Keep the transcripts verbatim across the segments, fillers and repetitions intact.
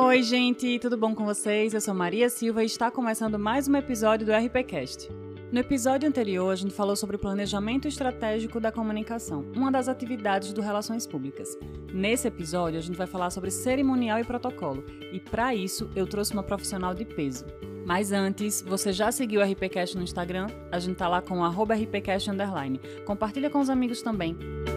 Oi, gente, tudo bom com vocês? Eu sou Maria Silva e está começando mais um episódio do RPCast. No episódio anterior, a gente falou sobre o planejamento estratégico da comunicação, uma das atividades do Relações Públicas. Nesse episódio, a gente vai falar sobre cerimonial e protocolo, e para isso eu trouxe uma profissional de peso. Mas antes, você já seguiu o RPCast no Instagram? A gente tá lá com arroba rpcast underline. Compartilha com os amigos também.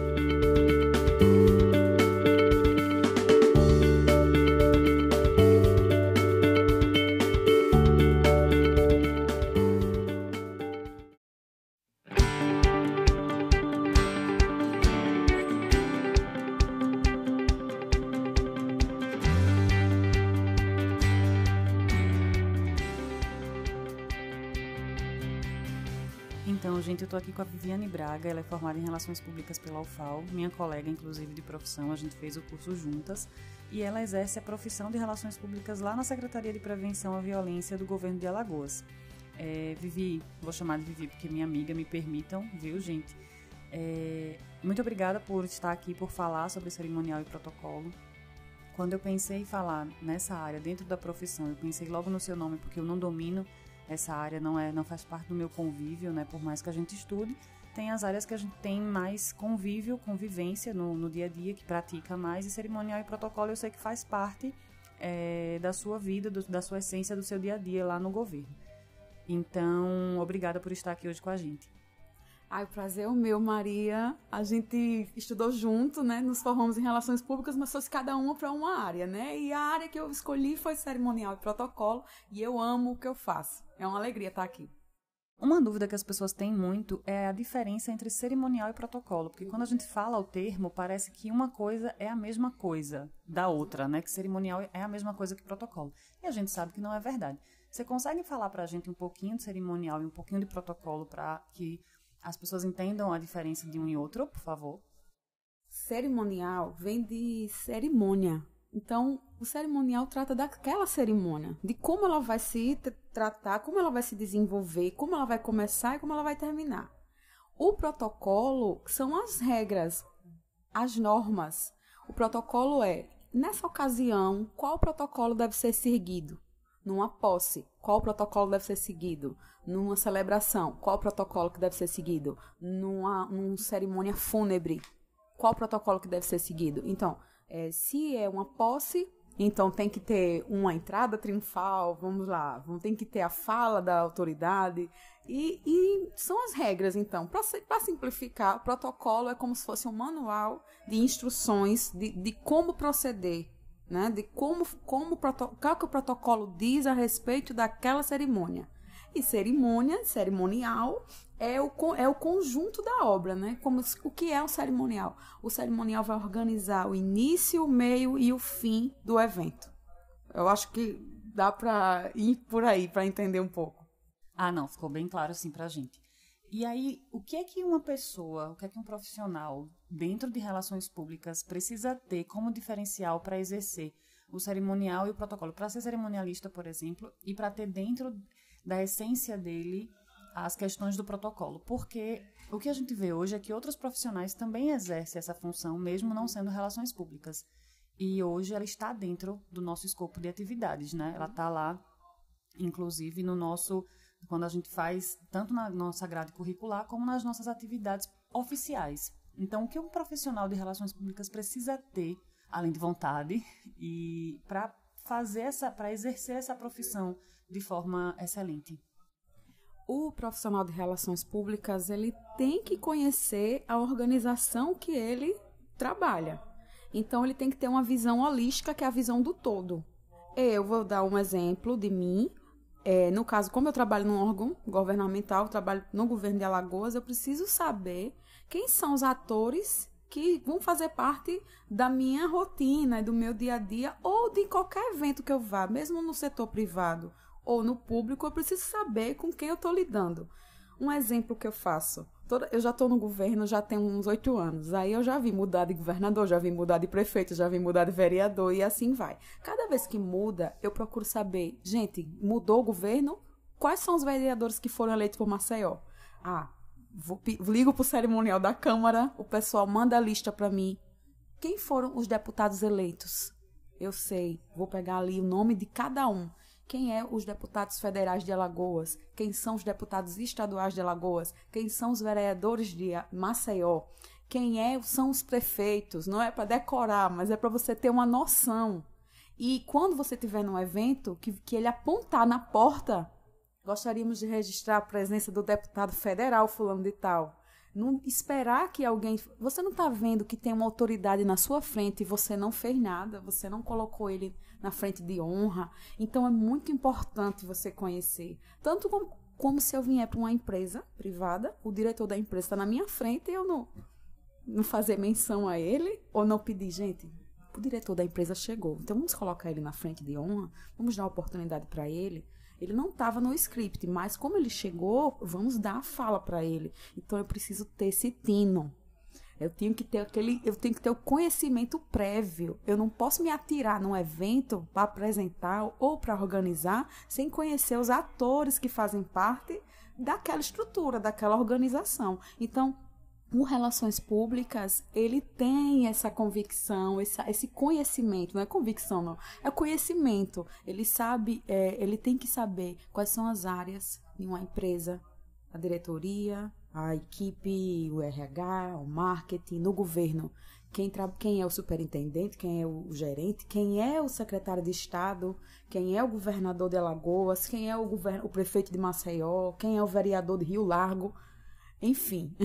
Então, gente, eu tô aqui com a Viviane Braga, ela é formada em Relações Públicas pela U F A L, minha colega, inclusive, de profissão, a gente fez o curso juntas, e ela exerce a profissão de Relações Públicas lá na Secretaria de Prevenção à Violência do Governo de Alagoas. É, Vivi, vou chamar de Vivi porque minha amiga, me permitam, viu, gente? É, muito obrigada por estar aqui, por falar sobre cerimonial e protocolo. Quando eu pensei em falar nessa área, dentro da profissão, eu pensei logo no seu nome, porque eu não domino essa área, não, é, não faz parte do meu convívio, né? Por mais que a gente estude, tem as áreas que a gente tem mais convívio, convivência no, no dia a dia, que pratica mais, e cerimonial e protocolo eu sei que faz parte é, da sua vida, do, da sua essência, do seu dia a dia lá no governo. Então, obrigada por estar aqui hoje com a gente. Ai, o prazer é o meu, Maria. A gente estudou junto, né? Nos formamos em Relações Públicas, mas fosse cada uma para uma área, né? E a área que eu escolhi foi cerimonial e protocolo, e eu amo o que eu faço. É uma alegria estar aqui. Uma dúvida que as pessoas têm muito é a diferença entre cerimonial e protocolo, porque quando a gente fala o termo, parece que uma coisa é a mesma coisa da outra, né? Que cerimonial é a mesma coisa que protocolo. E a gente sabe que não é verdade. Você consegue falar pra gente um pouquinho de cerimonial e um pouquinho de protocolo para que as pessoas entendam a diferença de um e outro, por favor? Cerimonial vem de cerimônia. Então, o cerimonial trata daquela cerimônia, de como ela vai se tratar, como ela vai se desenvolver, como ela vai começar e como ela vai terminar. O protocolo são as regras, as normas. O protocolo é, nessa ocasião, qual protocolo deve ser seguido? Numa posse, qual protocolo deve ser seguido? Numa celebração, qual protocolo que deve ser seguido? Numa, numa cerimônia fúnebre, qual protocolo que deve ser seguido? Então, é, se é uma posse, então tem que ter uma entrada triunfal, vamos lá, tem que ter a fala da autoridade, e, e são as regras, então. Para simplificar, o protocolo é como se fosse um manual de instruções de, de como proceder, né? De como, como o que o protocolo diz a respeito daquela cerimônia. E cerimônia, cerimonial, é o, é o conjunto da obra, né? Como, o que é o cerimonial? O cerimonial vai organizar o início, o meio e o fim do evento. Eu acho que dá para ir por aí, para entender um pouco. Ah, não, ficou bem claro assim pra gente. E aí, o que é que uma pessoa, o que é que um profissional dentro de relações públicas precisa ter como diferencial para exercer o cerimonial e o protocolo? Para ser cerimonialista, por exemplo, e para ter dentro da essência dele as questões do protocolo. Porque o que a gente vê hoje é que outros profissionais também exercem essa função, mesmo não sendo relações públicas. E hoje ela está dentro do nosso escopo de atividades, né? Ela está lá, inclusive, no nosso... quando a gente faz, tanto na nossa grade curricular, como nas nossas atividades oficiais. Então, o que um profissional de relações públicas precisa ter, além de vontade, e para fazer essa, para exercer essa profissão de forma excelente? O profissional de relações públicas, ele tem que conhecer a organização que ele trabalha. Então, ele tem que ter uma visão holística, que é a visão do todo. Eu vou dar um exemplo de mim. É, no caso, como eu trabalho num órgão governamental, eu trabalho no governo de Alagoas, eu preciso saber quem são os atores que vão fazer parte da minha rotina, do meu dia a dia, ou de qualquer evento que eu vá, mesmo no setor privado ou no público, eu preciso saber com quem eu estou lidando. Um exemplo que eu faço, toda, eu já estou no governo, já tenho uns oito anos, aí eu já vi mudar de governador, já vi mudar de prefeito, já vi mudar de vereador e assim vai. Cada vez que muda, eu procuro saber, gente, mudou o governo? Quais são os vereadores que foram eleitos por Maceió? Ah, vou, ligo para o cerimonial da Câmara, o pessoal manda a lista para mim. Quem foram os deputados eleitos? Eu sei, vou pegar ali o nome de cada um. Quem é os deputados federais de Alagoas? Quem são os deputados estaduais de Alagoas? Quem são os vereadores de Maceió? Quem é, são os prefeitos? Não é para decorar, mas é para você ter uma noção. E quando você estiver num evento, que, que ele apontar na porta, gostaríamos de registrar a presença do deputado federal fulano de tal. Não esperar que alguém... Você não está vendo que tem uma autoridade na sua frente e você não fez nada, você não colocou ele na frente de honra. Então, é muito importante você conhecer. Tanto como, como se eu vier para uma empresa privada, o diretor da empresa está na minha frente e eu não, não fazer menção a ele, ou não pedir, gente, o diretor da empresa chegou, então vamos colocar ele na frente de honra, vamos dar uma oportunidade para ele. Ele não estava no script, mas como ele chegou, vamos dar a fala para ele. Então, eu preciso ter esse tino. Eu tenho que ter aquele, eu tenho que ter o conhecimento prévio. Eu não posso me atirar num evento para apresentar ou para organizar sem conhecer os atores que fazem parte daquela estrutura, daquela organização. Então, o Relações Públicas, ele tem essa convicção, esse, esse conhecimento, não é convicção não, é conhecimento. Ele sabe, é, ele tem que saber quais são as áreas de uma empresa, a diretoria, a equipe, o R H, o marketing, no governo. Quem, tra... quem é o superintendente, quem é o gerente, quem é o secretário de Estado, quem é o governador de Alagoas, quem é o, govern... o prefeito de Maceió, quem é o vereador de Rio Largo. Enfim,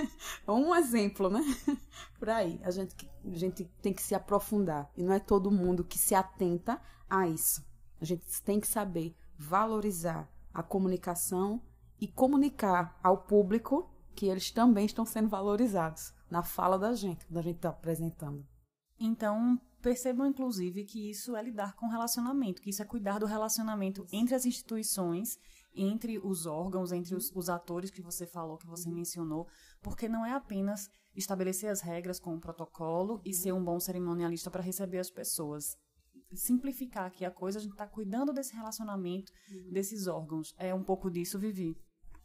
um exemplo, né? Por aí, a gente, a gente tem que se aprofundar. E não é todo mundo que se atenta a isso. A gente tem que saber valorizar a comunicação e comunicar ao público que eles também estão sendo valorizados na fala da gente, quando a gente está apresentando. Então, percebam, inclusive, que isso é lidar com relacionamento, que isso é cuidar do relacionamento entre as instituições, entre os órgãos, entre os, os atores que você falou, que você mencionou, porque não é apenas estabelecer as regras com o protocolo e ser um bom cerimonialista para receber as pessoas. Simplificar aqui a coisa, a gente está cuidando desse relacionamento, desses órgãos. É um pouco disso, Vivi.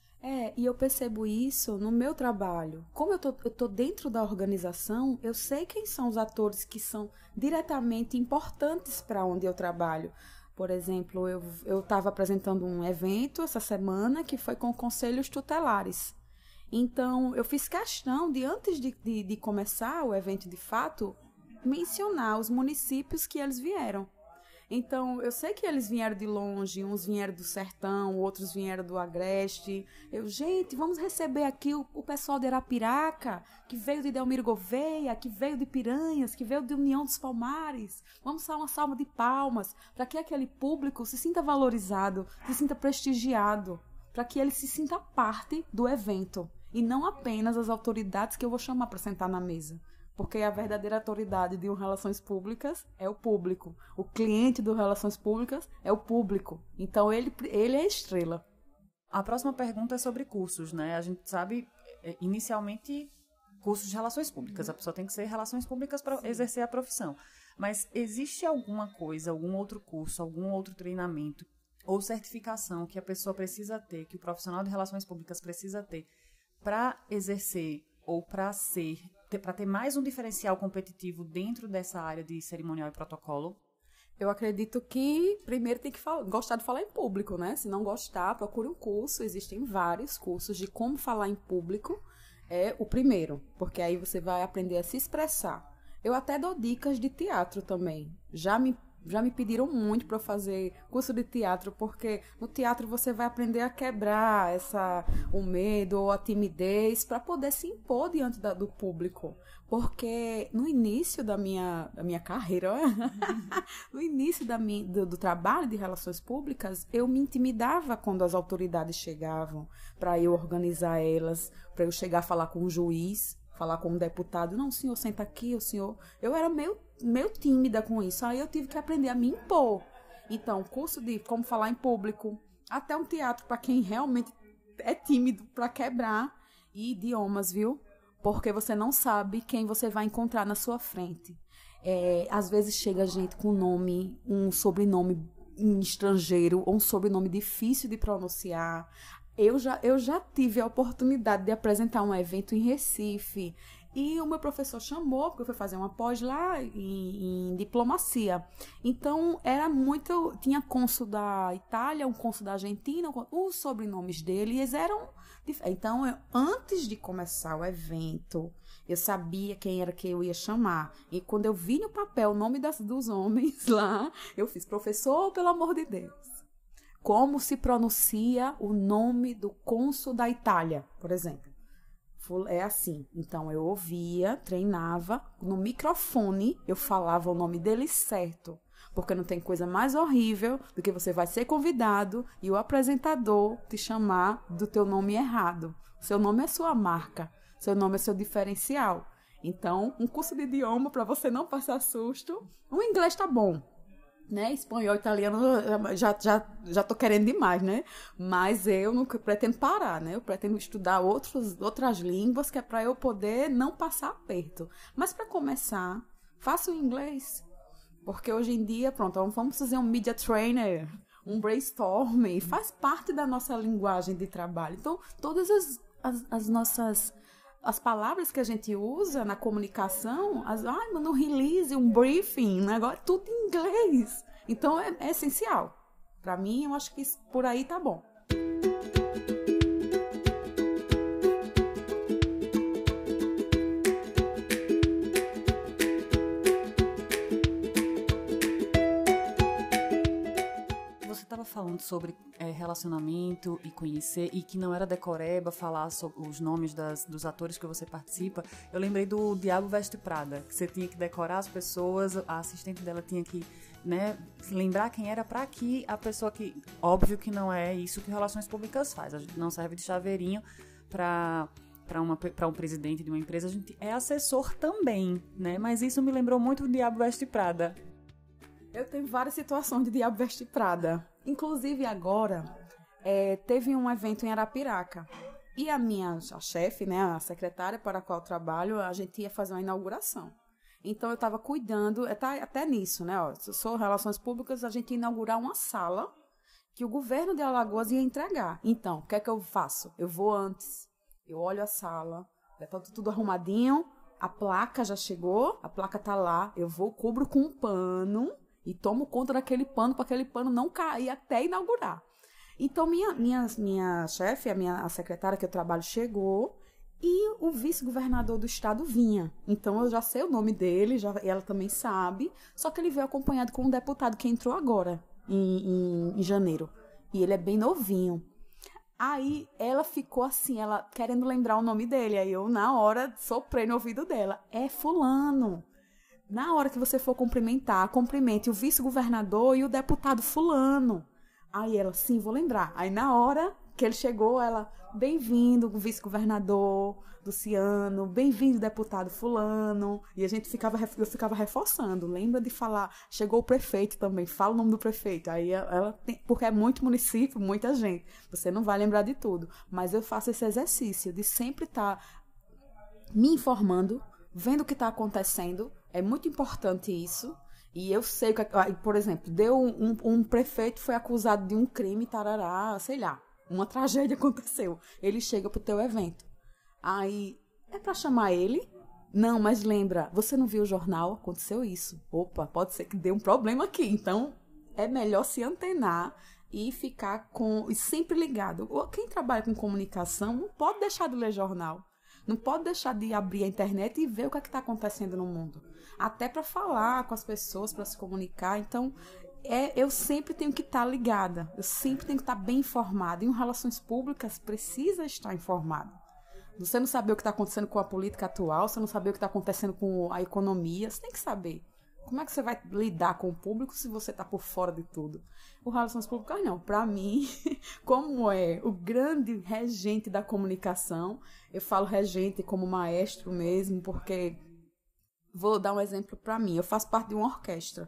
É, e eu percebo isso no meu trabalho. Como eu tô, eu tô dentro da organização, eu sei quem são os atores que são diretamente importantes para onde eu trabalho. Por exemplo, eu estava apresentando um evento essa semana que foi com conselhos tutelares. Então, eu fiz questão de, antes de, de, de começar o evento de fato, mencionar os municípios que eles vieram. Então, eu sei que eles vieram de longe, uns vieram do sertão, outros vieram do agreste. Eu, gente, vamos receber aqui o, o pessoal de Arapiraca, que veio de Delmiro Gouveia, que veio de Piranhas, que veio de União dos Palmares. Vamos dar uma salva de palmas para que aquele público se sinta valorizado, se sinta prestigiado, para que ele se sinta parte do evento e não apenas as autoridades que eu vou chamar para sentar na mesa. Porque a verdadeira autoridade de um Relações Públicas é o público. O cliente do Relações Públicas é o público. Então, ele, ele é a estrela. A próxima pergunta é sobre cursos, né? A gente sabe, inicialmente, cursos de Relações Públicas. A pessoa tem que ser Relações Públicas para exercer a profissão. Mas existe alguma coisa, algum outro curso, algum outro treinamento ou certificação que a pessoa precisa ter, que o profissional de Relações Públicas precisa ter para exercer ou para ser... para ter mais um diferencial competitivo dentro dessa área de cerimonial e protocolo? Eu acredito que primeiro tem que falar, gostar de falar em público, né? Se não gostar, procure um curso. Existem vários cursos de como falar em público. É o primeiro, porque aí você vai aprender a se expressar. Eu até dou dicas de teatro também. Já me Já me pediram muito para fazer curso de teatro, porque no teatro você vai aprender a quebrar essa, o medo ou a timidez para poder se impor diante da, do público. Porque no início da minha, da minha carreira, no início da minha, do, do trabalho de relações públicas, eu me intimidava quando as autoridades chegavam para eu organizar elas, para eu chegar a falar com o juiz, falar com um deputado. Não, o senhor senta aqui, o senhor... Eu era meio, meio tímida com isso. Aí eu tive que aprender a me impor. Então, curso de como falar em público, até um teatro para quem realmente é tímido, para quebrar. E idiomas, viu? Porque você não sabe quem você vai encontrar na sua frente. É, às vezes chega gente com nome, um sobrenome em estrangeiro, ou um sobrenome difícil de pronunciar. Eu já, eu já tive a oportunidade de apresentar um evento em Recife E o meu professor chamou, porque eu fui fazer uma pós lá em, em diplomacia. Então, era muito... Tinha cônsul da Itália, um cônsul da Argentina, os sobrenomes deles eram... Então, eu, antes de começar o evento, eu sabia quem era que eu ia chamar. E quando eu vi no papel o nome das, dos homens lá, eu fiz, professor, pelo amor de Deus, como se pronuncia o nome do cônsul da Itália, por exemplo? É assim. Então, eu ouvia, treinava, no microfone eu falava o nome dele certo. Porque não tem coisa mais horrível do que você vai ser convidado e o apresentador te chamar do teu nome errado. Seu nome é sua marca, seu nome é seu diferencial. Então, um curso de idioma para você não passar susto. O inglês tá bom, né? Espanhol, italiano, já, já, já tô querendo demais, né? Mas eu não pretendo parar, né? Eu pretendo estudar outros, outras línguas, que é para eu poder não passar aperto. Mas para começar, faça o inglês. Porque hoje em dia, pronto, vamos fazer um media trainer, um brainstorming, faz parte da nossa linguagem de trabalho. Então, todas as, as, as nossas... As palavras que a gente usa na comunicação, as, ai, no release, um briefing, agora é tudo em inglês. Então, é, é essencial. Para mim, eu acho que isso, por aí tá bom. Falando sobre é, relacionamento e conhecer, e que não era decoreba falar sobre os nomes das, dos atores que você participa, eu lembrei do Diabo Veste Prada, que você tinha que decorar as pessoas, a assistente dela tinha que, né, lembrar quem era, para que a pessoa que... Óbvio que não é isso que Relações Públicas faz, a gente não serve de chaveirinho para para um presidente de uma empresa, a gente é assessor também, né? Mas isso me lembrou muito do Diabo Veste Prada. Eu tenho várias situações de Diabo Veste Prada. Inclusive agora, é, teve um evento em Arapiraca. E a minha a chefe, né, a secretária para a qual eu trabalho, a gente ia fazer uma inauguração. Então eu estava cuidando, até, até nisso, né? Ó, se eu sou Relações Públicas, a gente ia inaugurar uma sala que o governo de Alagoas ia entregar. Então, o que é que eu faço? Eu vou antes, eu olho a sala, tá tudo arrumadinho, a placa já chegou, a placa tá lá, eu vou, cubro com um pano... E tomo conta daquele pano, para aquele pano não cair até inaugurar. Então, minha, minha, minha chefe, a minha a secretária que eu trabalho, chegou e o vice-governador do estado vinha. Então, eu já sei o nome dele, já, ela também sabe. Só que ele veio acompanhado com um deputado que entrou agora, em, em, em janeiro. E ele é bem novinho. Aí, ela ficou assim, ela querendo lembrar o nome dele. Aí, eu, na hora, soprei no ouvido dela. É fulano. Na hora que você for cumprimentar, cumprimente o vice-governador e o deputado fulano. Aí ela, sim, vou lembrar. Aí na hora que ele chegou, ela, bem-vindo, vice-governador Luciano, bem-vindo, deputado fulano. E a gente ficava, eu ficava reforçando. Lembra de falar, chegou o prefeito também, fala o nome do prefeito. Aí ela tem, porque é muito município, muita gente. Você não vai lembrar de tudo. Mas eu faço esse exercício de sempre estar me informando, vendo o que está acontecendo. É muito importante isso. E eu sei que, por exemplo, deu um, um prefeito foi acusado de um crime, tarará, sei lá, uma tragédia aconteceu. Ele chega pro teu evento. Aí, é para chamar ele? Não, mas lembra, você não viu o jornal? Aconteceu isso. Opa, pode ser que dê um problema aqui. Então, é melhor se antenar e ficar com e sempre ligado. Quem trabalha com comunicação não pode deixar de ler jornal. Não pode deixar de abrir a internet e ver o que é está acontecendo no mundo. Até para falar com as pessoas, para se comunicar. Então, é, eu sempre tenho que estar ligada. Eu sempre tenho que estar bem informada. E em relações públicas, precisa estar informado. Você não saber o que está acontecendo com a política atual, você não saber o que está acontecendo com a economia, você tem que saber. Como é que você vai lidar com o público se você está por fora de tudo? O Relações Públicas, não. Para mim, como é o grande regente da comunicação, eu falo regente como maestro mesmo, porque vou dar um exemplo para mim. Eu faço parte de uma orquestra.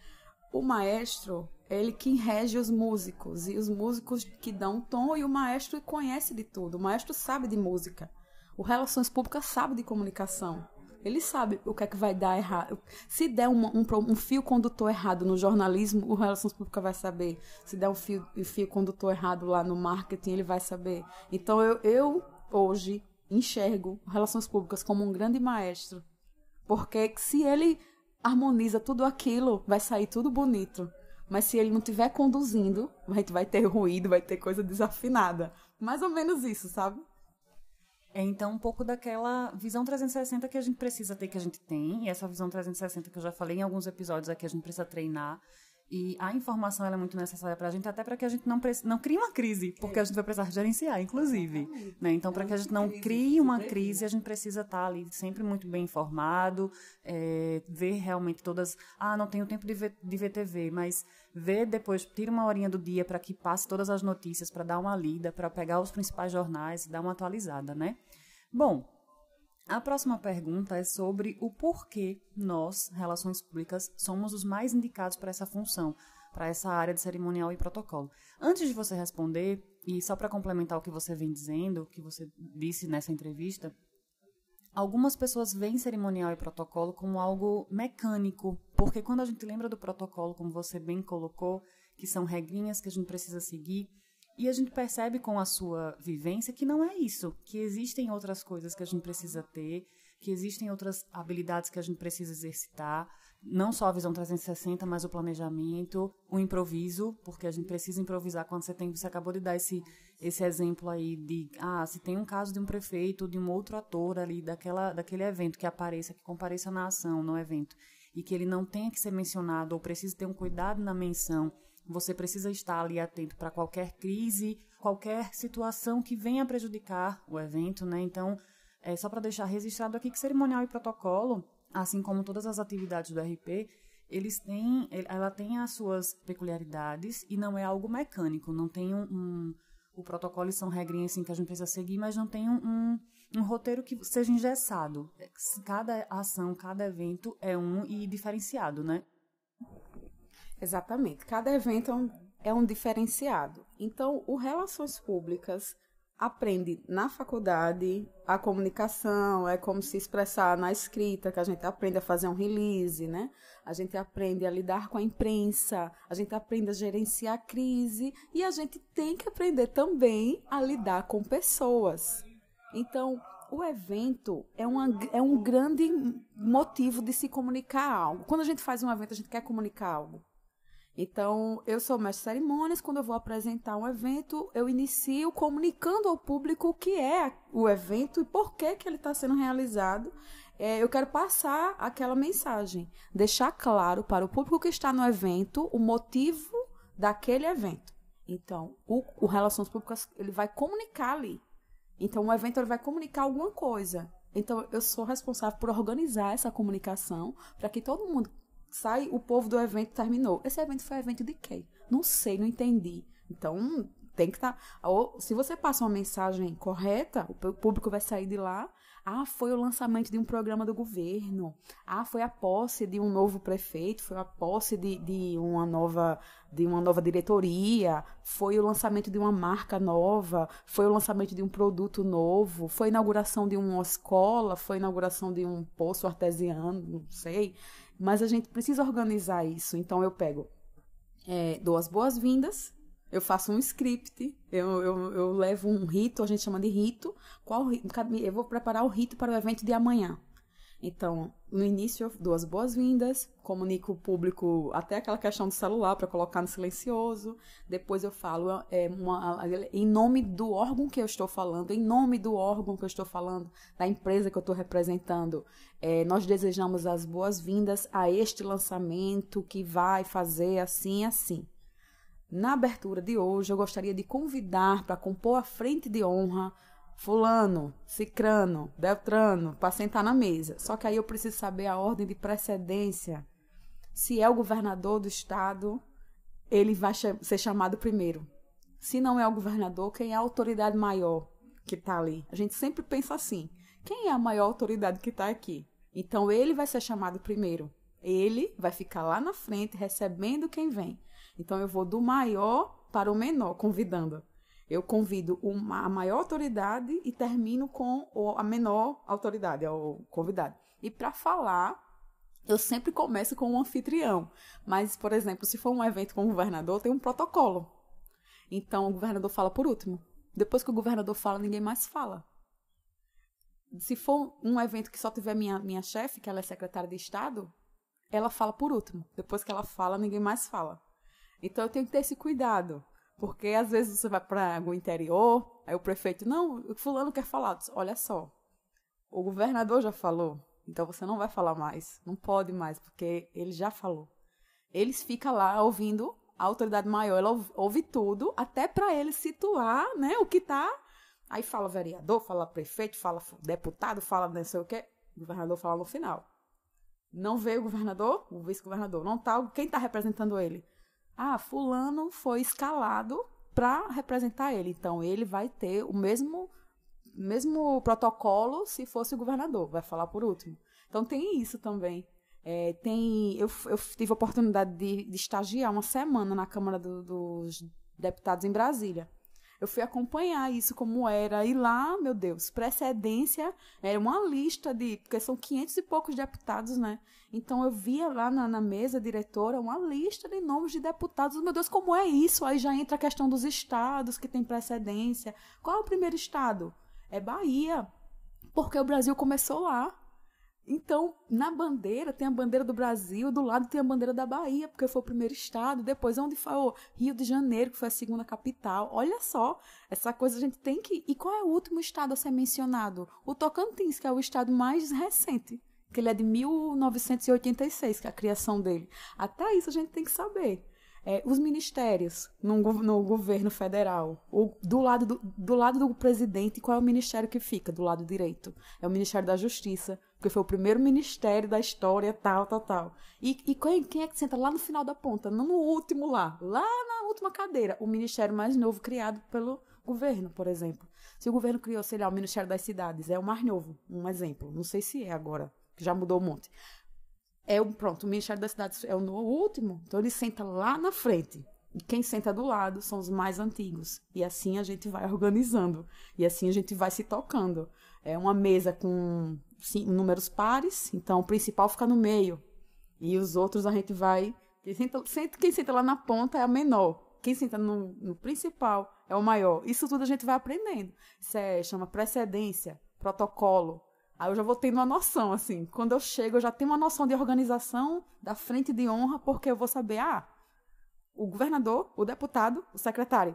O maestro, ele que rege os músicos, e os músicos que dão tom, e o maestro conhece de tudo. O maestro sabe de música. O Relações Públicas sabe de comunicação. Ele sabe o que é que vai dar errado. Se der um, um, um fio condutor errado no jornalismo, o Relações Públicas vai saber. Se der um fio, um fio condutor errado lá no marketing, ele vai saber. Então, eu, eu hoje, enxergo relações públicas como um grande maestro, porque se ele harmoniza tudo aquilo, vai sair tudo bonito. Mas se ele não estiver conduzindo, a gente vai ter ruído, vai ter coisa desafinada. Mais ou menos isso, sabe? É, então, um pouco daquela visão trezentos e sessenta que a gente precisa ter, que a gente tem, e essa visão trezentos e sessenta que eu já falei em alguns episódios aqui, a gente precisa treinar. E a informação ela é muito necessária para a gente, até para que a gente não, não crie uma crise, porque a gente vai precisar gerenciar, inclusive. Né? Então, para que a gente não crie uma crise, a gente precisa estar ali sempre muito bem informado, é, ver realmente todas... Ah, não tenho tempo de ver, de ver T V, mas ver depois, tira uma horinha do dia para que passe todas as notícias, para dar uma lida, para pegar os principais jornais e dar uma atualizada, né? Bom... A próxima pergunta é sobre o porquê nós, relações públicas, somos os mais indicados para essa função, para essa área de cerimonial e protocolo. Antes de você responder, e só para complementar o que você vem dizendo, o que você disse nessa entrevista, algumas pessoas veem cerimonial e protocolo como algo mecânico, porque quando a gente lembra do protocolo, como você bem colocou, que são regrinhas que a gente precisa seguir, e a gente percebe com a sua vivência que não é isso, que existem outras coisas que a gente precisa ter, que existem outras habilidades que a gente precisa exercitar, não só a visão trezentos e sessenta, mas o planejamento, o improviso, porque a gente precisa improvisar quando você tem, você acabou de dar esse, esse exemplo aí de, ah, se tem um caso de um prefeito, de um outro ator ali, daquela, daquele evento que apareça, que compareça na ação, no evento, e que ele não tenha que ser mencionado, ou precisa ter um cuidado na menção. Você precisa estar ali atento para qualquer crise, qualquer situação que venha prejudicar o evento, né? Então, é só para deixar registrado aqui que cerimonial e protocolo, assim como todas as atividades do R P, eles têm, ela tem as suas peculiaridades e não é algo mecânico, não tem um... um o protocolo são regrinhas assim, que a gente precisa seguir, mas não tem um, um, um roteiro que seja engessado. Cada ação, cada evento é um e diferenciado, né? Exatamente. Cada evento é um, é um diferenciado. Então, o Relações Públicas aprende na faculdade a comunicação, é como se expressar na escrita, que a gente aprende a fazer um release, né? A gente aprende a lidar com a imprensa, a gente aprende a gerenciar a crise e a gente tem que aprender também a lidar com pessoas. Então, o evento é, uma, é um grande motivo de se comunicar algo. Quando a gente faz um evento, a gente quer comunicar algo. Então, eu sou mestre de cerimônias, quando eu vou apresentar um evento, eu inicio comunicando ao público o que é o evento e por que, que ele está sendo realizado. É, eu quero passar aquela mensagem, deixar claro para o público que está no evento o motivo daquele evento. Então, o, o Relações Públicas, ele vai comunicar ali. Então, o evento ele vai comunicar alguma coisa. Então, eu sou responsável por organizar essa comunicação para que todo mundo sai, o povo do evento terminou. Esse evento foi evento de quê? Não sei, não entendi. Então, tem que estar... Tá, se você passa uma mensagem correta, o público vai sair de lá. Ah, foi o lançamento de um programa do governo. Ah, foi a posse de um novo prefeito. Foi a posse de, de, uma, nova, de uma nova diretoria. Foi o lançamento de uma marca nova. Foi o lançamento de um produto novo. Foi a inauguração de uma escola. Foi a inauguração de um poço artesiano, não sei. Mas a gente precisa organizar isso. Então, eu pego, é, dou as boas-vindas, eu faço um script, eu, eu, eu levo um rito, a gente chama de rito. Qual, eu vou preparar o rito para o evento de amanhã. Então, no início, eu dou as boas-vindas, comunico o público até aquela questão do celular para colocar no silencioso. Depois eu falo é, uma, em nome do órgão que eu estou falando, em nome do órgão que eu estou falando, da empresa que eu estou representando. É, nós desejamos as boas-vindas a este lançamento que vai fazer assim e assim. Na abertura de hoje, eu gostaria de convidar para compor a frente de honra fulano, cicrano, beltrano, para sentar na mesa. Só que aí eu preciso saber a ordem de precedência. Se é o governador do estado, ele vai ser chamado primeiro. Se não é o governador, quem é a autoridade maior que está ali? A gente sempre pensa assim, quem é a maior autoridade que está aqui? Então, ele vai ser chamado primeiro. Ele vai ficar lá na frente, recebendo quem vem. Então, eu vou do maior para o menor, convidando. Eu convido uma, a maior autoridade e termino com o, a menor autoridade, o convidado. E para falar, eu sempre começo com o anfitrião. Mas, por exemplo, se for um evento com o governador, tem um protocolo. Então, o governador fala por último. Depois que o governador fala, ninguém mais fala. se for um evento que só tiver minha, minha chefe, que ela é secretária de Estado, ela fala por último. Depois que ela fala, ninguém mais fala. Então eu tenho que ter esse cuidado. Porque às vezes você vai para o interior, aí o prefeito, não, o fulano quer falar. Diz, olha só, o governador já falou, então você não vai falar mais. Não pode mais, porque ele já falou. Eles ficam lá ouvindo a autoridade maior, ela ouve, ouve tudo, até para ele situar, né, o que está. Aí fala vereador, fala prefeito, fala deputado, fala não sei o quê. O governador fala no final. Não veio o governador, o vice-governador. Não tá, quem está representando ele? Ah, fulano foi escalado para representar ele. Então, ele vai ter o mesmo, mesmo protocolo se fosse o governador. Vai falar por último. Então, tem isso também. É, tem, eu, eu tive a oportunidade de, de estagiar uma semana na Câmara do, dos Deputados em Brasília. Eu fui acompanhar isso como era. E lá, meu Deus, precedência, era uma lista de... Porque são quinhentos e poucos deputados, né? Então, eu via lá na, na mesa diretora uma lista de nomes de deputados. Meu Deus, como é isso? Aí já entra a questão dos estados que tem precedência. Qual é o primeiro estado? É Bahia. Porque o Brasil começou lá. Então, na bandeira, tem a bandeira do Brasil, do lado tem a bandeira da Bahia, porque foi o primeiro estado. Depois, onde foi o Rio de Janeiro, que foi a segunda capital. Olha só, essa coisa a gente tem que... E qual é o último estado a ser mencionado? O Tocantins, que é o estado mais recente, que ele é de mil novecentos e oitenta e seis, que é a criação dele. Até isso a gente tem que saber. É, os ministérios no, no governo federal, o, do, lado do, do lado do presidente, qual é o ministério que fica do lado direito? É o Ministério da Justiça, porque foi o primeiro ministério da história, tal, tal, tal. E, e quem, quem é que senta lá no final da ponta? Não no último lá, lá na última cadeira. O ministério mais novo criado pelo governo, por exemplo. Se o governo criou, sei lá, o Ministério das Cidades, é o mais novo, um exemplo. Não sei se é agora, que já mudou um monte. É o, pronto, o Ministério das Cidades é o último, então ele senta lá na frente. E quem senta do lado são os mais antigos. E assim a gente vai organizando. E assim a gente vai se tocando. É uma mesa com sim, números pares, então o principal fica no meio. E os outros a gente vai... Quem senta, senta, quem senta lá na ponta é a menor. Quem senta no, no principal é o maior. Isso tudo a gente vai aprendendo. Isso é, chama precedência, protocolo. Aí eu já vou tendo uma noção, assim. Quando eu chego, eu já tenho uma noção de organização da frente de honra, porque eu vou saber, ah, o governador, o deputado, o secretário,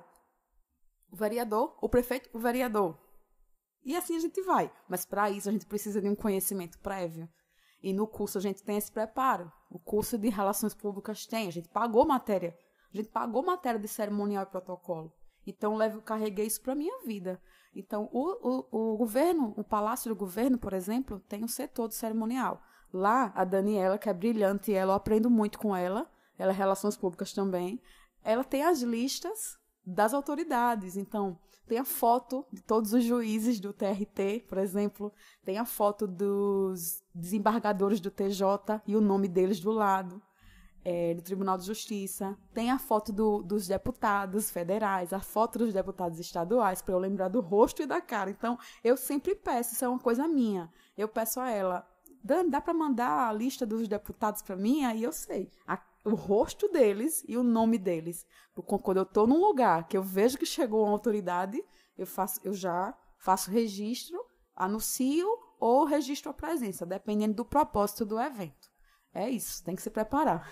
o vereador, o prefeito, o vereador. E assim a gente vai. Mas para isso a gente precisa de um conhecimento prévio. E no curso a gente tem esse preparo. O curso de Relações Públicas tem. A gente pagou matéria. A gente pagou matéria de cerimonial e protocolo. Então eu carreguei isso para a minha vida. Então, o, o, o governo, o Palácio do Governo, por exemplo, tem um setor de cerimonial. Lá, a Daniela, que é brilhante, ela, eu aprendo muito com ela, ela é Relações Públicas também, ela tem as listas das autoridades. Então, tem a foto de todos os juízes do T R T, por exemplo, tem a foto dos desembargadores do T J e o nome deles do lado. É, do Tribunal de Justiça, tem a foto do, dos deputados federais, a foto dos deputados estaduais, para eu lembrar do rosto e da cara. Então, eu sempre peço, isso é uma coisa minha, eu peço a ela, Dani, dá para mandar a lista dos deputados para mim? Aí eu sei, a, o rosto deles e o nome deles. Quando eu estou num lugar que eu vejo que chegou uma autoridade, eu, faço, eu já faço registro, anuncio ou registro a presença, dependendo do propósito do evento. É isso, tem que se preparar.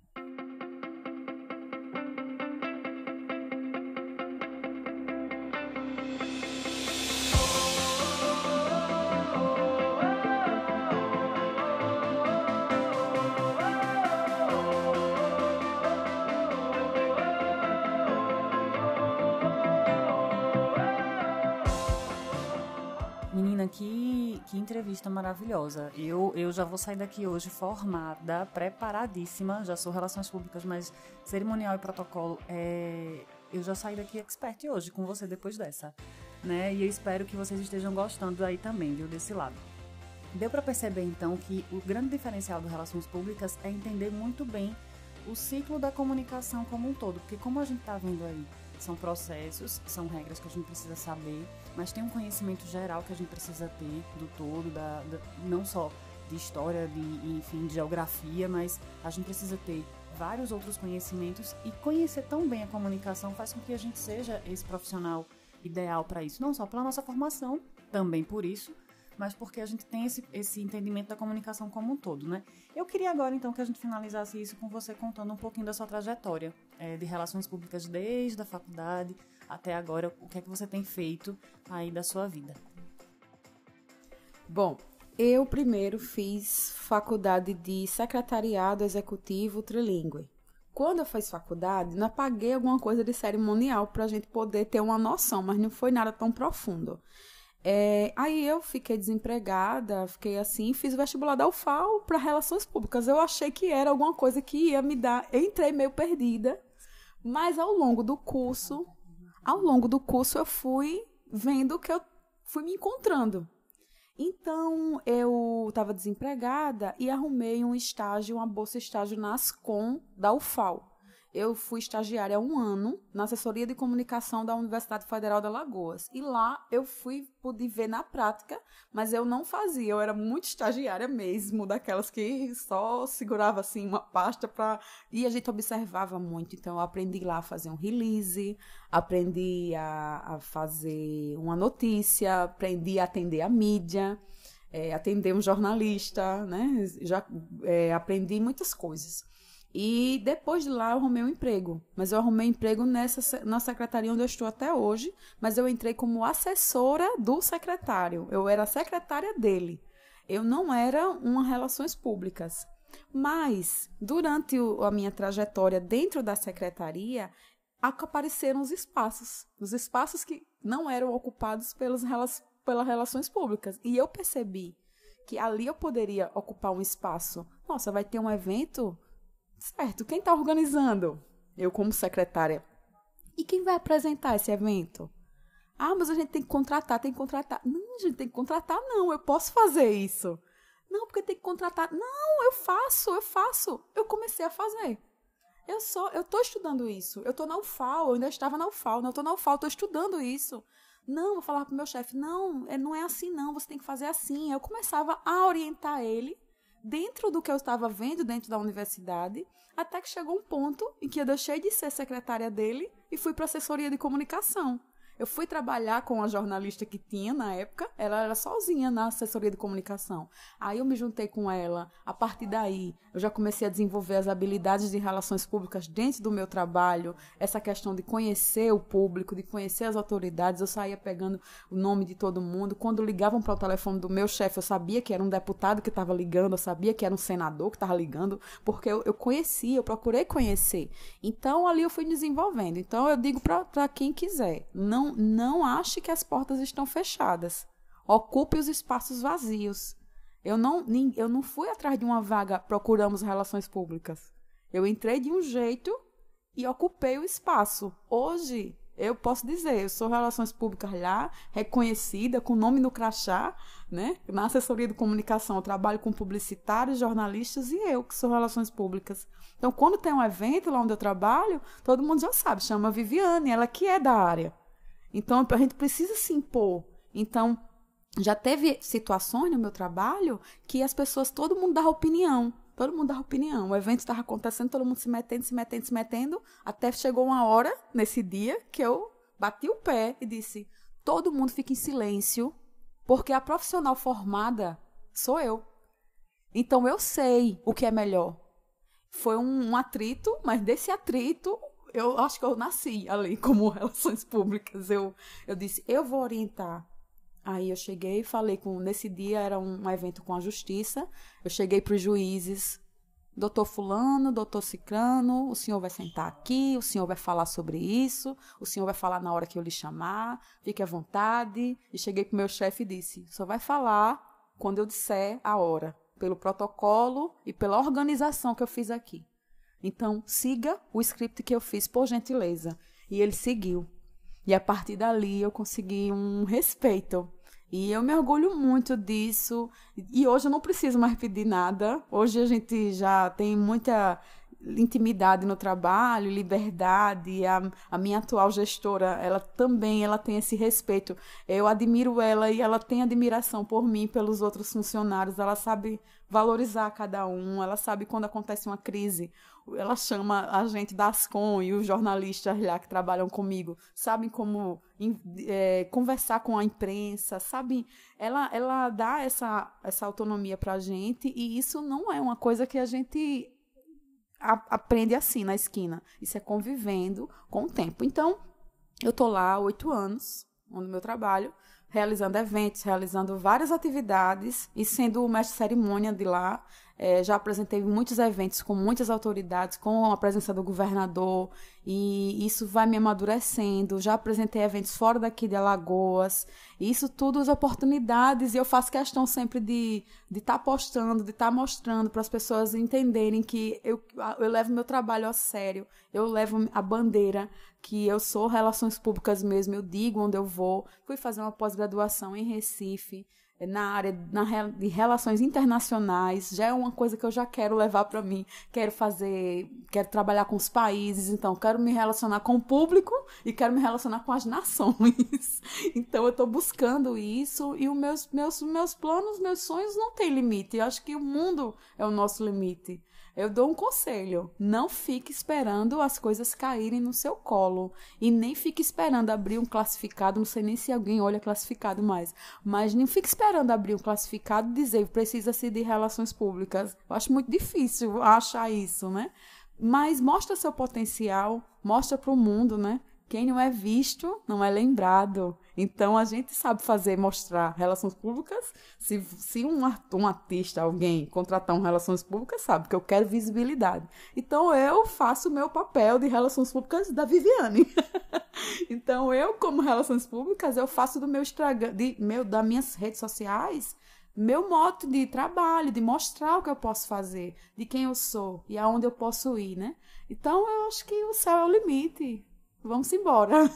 Menina, que, que entrevista maravilhosa. Eu, eu já vou sair daqui hoje formada, preparadíssima. Já sou Relações Públicas, mas cerimonial e protocolo, é, eu já saí daqui expert hoje com você depois dessa. Né? E eu espero que vocês estejam gostando aí também, viu, desse lado. Deu para perceber, então, que o grande diferencial do Relações Públicas é entender muito bem o ciclo da comunicação como um todo. Porque como a gente está vendo aí, são processos, são regras que a gente precisa saber, mas tem um conhecimento geral que a gente precisa ter do todo, da, da, não só de história, de, enfim, de geografia, mas a gente precisa ter vários outros conhecimentos e conhecer tão bem a comunicação faz com que a gente seja esse profissional ideal para isso, não só pela nossa formação, também por isso, mas porque a gente tem esse, esse entendimento da comunicação como um todo, né? Eu queria agora, então, que a gente finalizasse isso com você contando um pouquinho da sua trajetória é, de relações públicas desde a faculdade até agora, o que é que você tem feito aí da sua vida. Bom, eu primeiro fiz faculdade de secretariado executivo trilingüe. Quando eu fiz faculdade, ainda paguei alguma coisa de cerimonial para a gente poder ter uma noção, mas não foi nada tão profundo. É, aí eu fiquei desempregada, fiquei assim, fiz o vestibular da U F A L para Relações Públicas. Eu achei que era alguma coisa que ia me dar. Eu entrei meio perdida, mas ao longo do curso, ao longo do curso eu fui vendo que eu fui me encontrando. Então, eu estava desempregada e arrumei um estágio, uma bolsa estágio na Ascom da U F A L. Eu fui estagiária há um ano na assessoria de comunicação da Universidade Federal de Alagoas. E lá eu fui, pude ver na prática, mas eu não fazia. Eu era muito estagiária mesmo, daquelas que só segurava assim uma pasta para... E a gente observava muito. Então eu aprendi lá a fazer um release, aprendi a, a fazer uma notícia, aprendi a atender a mídia, é, atender um jornalista, né? Já é, aprendi muitas coisas. E depois de lá eu arrumei um emprego, mas eu arrumei emprego nessa, na secretaria onde eu estou até hoje, mas eu entrei como assessora do secretário, eu era a secretária dele, eu não era uma relações públicas. Mas, durante o, a minha trajetória dentro da secretaria, apareceram os espaços, os espaços que não eram ocupados pelos, pelas relações públicas, e eu percebi que ali eu poderia ocupar um espaço. Nossa, vai ter um evento... Certo, quem está organizando? Eu como secretária. E quem vai apresentar esse evento? Ah, mas a gente tem que contratar, tem que contratar. Não, a gente tem que contratar, não, eu posso fazer isso. Não, porque tem que contratar. Não, eu faço, eu faço. Eu comecei a fazer. Eu só, eu estou estudando isso. Eu estou na U F A L, eu ainda estava na U F A L. Não, eu estou na U F A L, estou estudando isso. Não, vou falar para o meu chefe, não, não é assim não, você tem que fazer assim. Eu começava a orientar ele dentro do que eu estava vendo dentro da universidade, até que chegou um ponto em que eu deixei de ser secretária dele e fui para a assessoria de comunicação. Eu fui trabalhar com a jornalista que tinha na época, ela era sozinha na assessoria de comunicação. Aí eu me juntei com ela, a partir daí eu já comecei a desenvolver as habilidades de relações públicas dentro do meu trabalho, essa questão de conhecer o público, de conhecer as autoridades, eu saía pegando o nome de todo mundo. Quando ligavam para o telefone do meu chefe, eu sabia que era um deputado que estava ligando, eu sabia que era um senador que estava ligando, porque eu, eu conhecia, eu procurei conhecer. Então ali eu fui desenvolvendo. Então eu digo para quem quiser, não Não ache que as portas estão fechadas. Ocupe os espaços vazios. Eu não, eu não fui atrás de uma vaga, procuramos relações públicas. Eu entrei de um jeito e ocupei o espaço. Hoje, eu posso dizer, eu sou relações públicas lá, reconhecida, com nome no crachá, né? Na assessoria de comunicação, eu trabalho com publicitários, jornalistas e eu, que sou relações públicas. Então, quando tem um evento lá onde eu trabalho, todo mundo já sabe, chama Viviane, ela que é da área. Então, a gente precisa se impor. Então, já teve situações no meu trabalho que as pessoas, todo mundo dava opinião. Todo mundo dava opinião. O evento estava acontecendo, todo mundo se metendo, se metendo, se metendo. Até chegou uma hora, nesse dia, que eu bati o pé e disse, todo mundo fica em silêncio, porque a profissional formada sou eu. Então, eu sei o que é melhor. Foi um, um atrito, mas desse atrito... Eu acho que eu nasci ali como relações públicas. Eu, eu disse, eu vou orientar. Aí eu cheguei e falei com... Nesse dia era um, um evento com a justiça. Eu cheguei para os juízes. Doutor fulano, doutor cicrano, o senhor vai sentar aqui, o senhor vai falar sobre isso, o senhor vai falar na hora que eu lhe chamar, fique à vontade. E cheguei para o meu chefe e disse, só vai falar quando eu disser a hora, pelo protocolo e pela organização que eu fiz aqui. Então, siga o script que eu fiz, por gentileza. E ele seguiu. E a partir dali eu consegui um respeito. E eu me orgulho muito disso. E hoje eu não preciso mais pedir nada. Hoje a gente já tem muita intimidade no trabalho, liberdade. A, a minha atual gestora, ela também ela tem esse respeito. Eu admiro ela e ela tem admiração por mim, pelos outros funcionários. Ela sabe valorizar cada um, ela sabe quando acontece uma crise. Ela chama a gente da Ascom e os jornalistas lá que trabalham comigo, sabem como é, conversar com a imprensa, sabem? Ela, ela dá essa, essa autonomia para a gente, e isso não é uma coisa que a gente a, aprende assim na esquina. Isso é convivendo com o tempo. Então, eu estou lá há oito anos, no meu trabalho, realizando eventos, realizando várias atividades e sendo o mestre de cerimônia de lá. É, já apresentei muitos eventos com muitas autoridades, com a presença do governador, e isso vai me amadurecendo. Já apresentei eventos fora daqui de Alagoas, e isso tudo as oportunidades, e eu faço questão sempre de de estar postando, de estar mostrando para as pessoas entenderem que eu, eu levo meu trabalho a sério, eu levo a bandeira, que eu sou relações públicas mesmo, eu digo onde eu vou. Fui fazer uma pós-graduação em Recife, na área na, de relações internacionais, já é uma coisa que eu já quero levar para mim, quero fazer, quero trabalhar com os países, então quero me relacionar com o público e quero me relacionar com as nações. Então eu estou buscando isso, e os meus, meus, meus planos, meus sonhos não têm limite. Eu acho que o mundo é o nosso limite. Eu dou um conselho: não fique esperando as coisas caírem no seu colo, e nem fique esperando abrir um classificado, não sei nem se alguém olha classificado mais, mas não fique esperando abrir um classificado e dizer precisa-se de relações públicas. Eu acho muito difícil achar isso, né? Mas mostra seu potencial, mostra para o mundo, né? Quem não é visto não é lembrado. Então, a gente sabe fazer, mostrar relações públicas. Se, se um, um artista, alguém, contratar um relações públicas, sabe que eu quero visibilidade. Então, eu faço o meu papel de relações públicas da Viviane. Então, eu, como relações públicas, eu faço do meu Instagram, de, meu, das minhas redes sociais, meu modo de trabalho, de mostrar o que eu posso fazer, de quem eu sou e aonde eu posso ir, né? Então, eu acho que o céu é o limite. Vamos embora.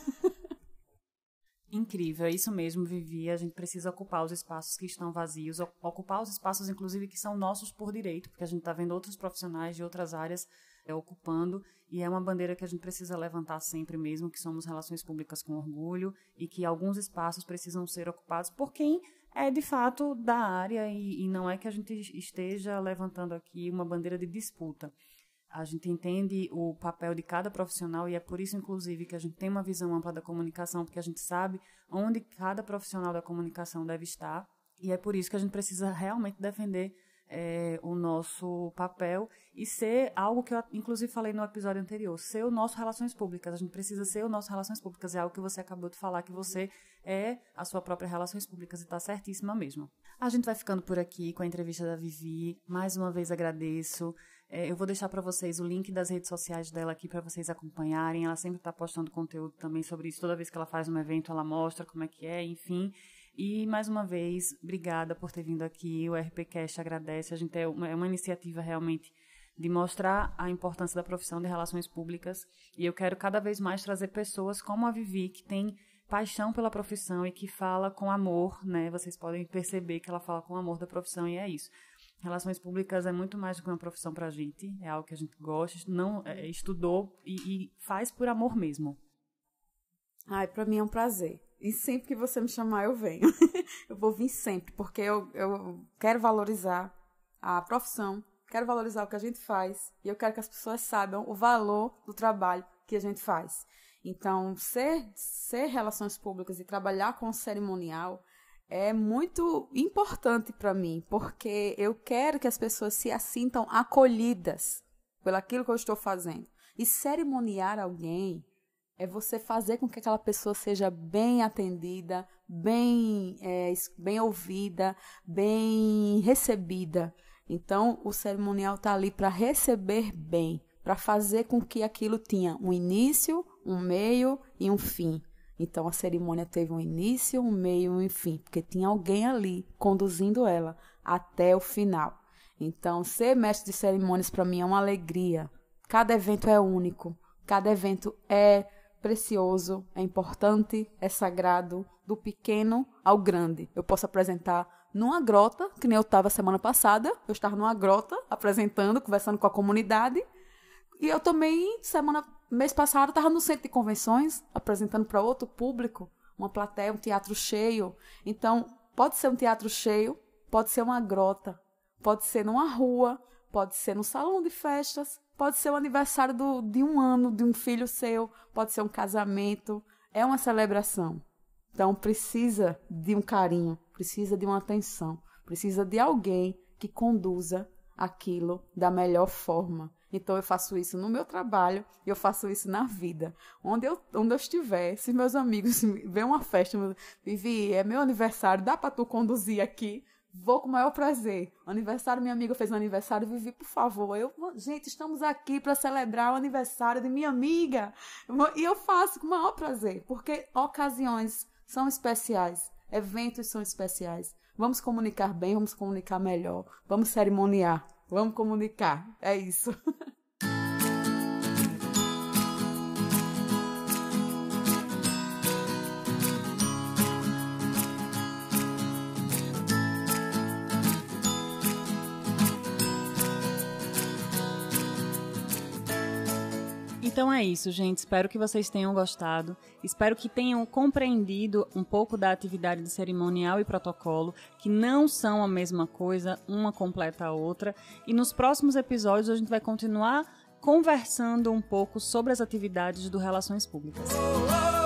Incrível, é isso mesmo, Vivi. A gente precisa ocupar os espaços que estão vazios, ocupar os espaços, inclusive, que são nossos por direito, porque a gente está vendo outros profissionais de outras áreas é, ocupando, e é uma bandeira que a gente precisa levantar sempre mesmo, que somos relações públicas com orgulho, e que alguns espaços precisam ser ocupados por quem é, de fato, da área, e, e não é que a gente esteja levantando aqui uma bandeira de disputa. A gente entende o papel de cada profissional, e é por isso, inclusive, que a gente tem uma visão ampla da comunicação, porque a gente sabe onde cada profissional da comunicação deve estar, e é por isso que a gente precisa realmente defender é, o nosso papel e ser algo que eu, inclusive, falei no episódio anterior, ser o nosso Relações Públicas. A gente precisa ser o nosso Relações Públicas, é algo que você acabou de falar, que você é a sua própria Relações Públicas, e está certíssima mesmo. A gente vai ficando por aqui com a entrevista da Vivi. Mais uma vez agradeço. Eu vou deixar para vocês o link das redes sociais dela aqui para vocês acompanharem. Ela sempre está postando conteúdo também sobre isso. Toda vez que ela faz um evento, ela mostra como é que é, enfim. E, mais uma vez, obrigada por ter vindo aqui. O RPCast agradece. A gente é uma, é uma iniciativa realmente de mostrar a importância da profissão de relações públicas. E eu quero cada vez mais trazer pessoas como a Vivi, que tem paixão pela profissão e que fala com amor, né? Vocês podem perceber que ela fala com amor da profissão, e é isso. Relações públicas é muito mais do que uma profissão pra gente, é algo que a gente gosta, não é, estudou e, e faz por amor mesmo. Ai, pra mim é um prazer. E sempre que você me chamar, eu venho. Eu vou vir sempre, porque eu, eu quero valorizar a profissão, quero valorizar o que a gente faz, e eu quero que as pessoas saibam o valor do trabalho que a gente faz. Então, ser, ser relações públicas e trabalhar com cerimonial é muito importante para mim, porque eu quero que as pessoas se sintam acolhidas pelo aquilo que eu estou fazendo. E cerimoniar alguém é você fazer com que aquela pessoa seja bem atendida, bem, é, bem ouvida, bem recebida. Então, o cerimonial está ali para receber bem, para fazer com que aquilo tenha um início, um meio e um fim. Então, a cerimônia teve um início, um meio e um fim, porque tinha alguém ali conduzindo ela até o final. Então, ser mestre de cerimônias para mim é uma alegria. Cada evento é único, cada evento é precioso, é importante, é sagrado, do pequeno ao grande. Eu posso apresentar numa grota, que nem eu estava semana passada, eu estava numa grota apresentando, conversando com a comunidade, E eu também, semana, mês passado, estava no centro de convenções, apresentando para outro público, uma plateia, um teatro cheio. Então, pode ser um teatro cheio, pode ser uma grota, pode ser numa rua, pode ser num salão de festas, pode ser o aniversário do, de um ano de um filho seu, pode ser um casamento. É uma celebração. Então, precisa de um carinho, precisa de uma atenção, precisa de alguém que conduza aquilo da melhor forma. Então, eu faço isso no meu trabalho e eu faço isso na vida. Onde eu, onde eu estiver, se meus amigos vêem uma festa, Vivi, é meu aniversário, dá para tu conduzir aqui? Vou com o maior prazer. Aniversário, minha amiga fez um aniversário, Vivi, por favor. Eu, gente, estamos aqui para celebrar o aniversário de minha amiga. E eu faço com o maior prazer, porque ocasiões são especiais, eventos são especiais. Vamos comunicar bem, vamos comunicar melhor, vamos cerimoniar. Vamos comunicar, é isso. Então é isso, gente. Espero que vocês tenham gostado. Espero que tenham compreendido um pouco da atividade de cerimonial e protocolo, que não são a mesma coisa, uma completa a outra. E nos próximos episódios a gente vai continuar conversando um pouco sobre as atividades do Relações Públicas.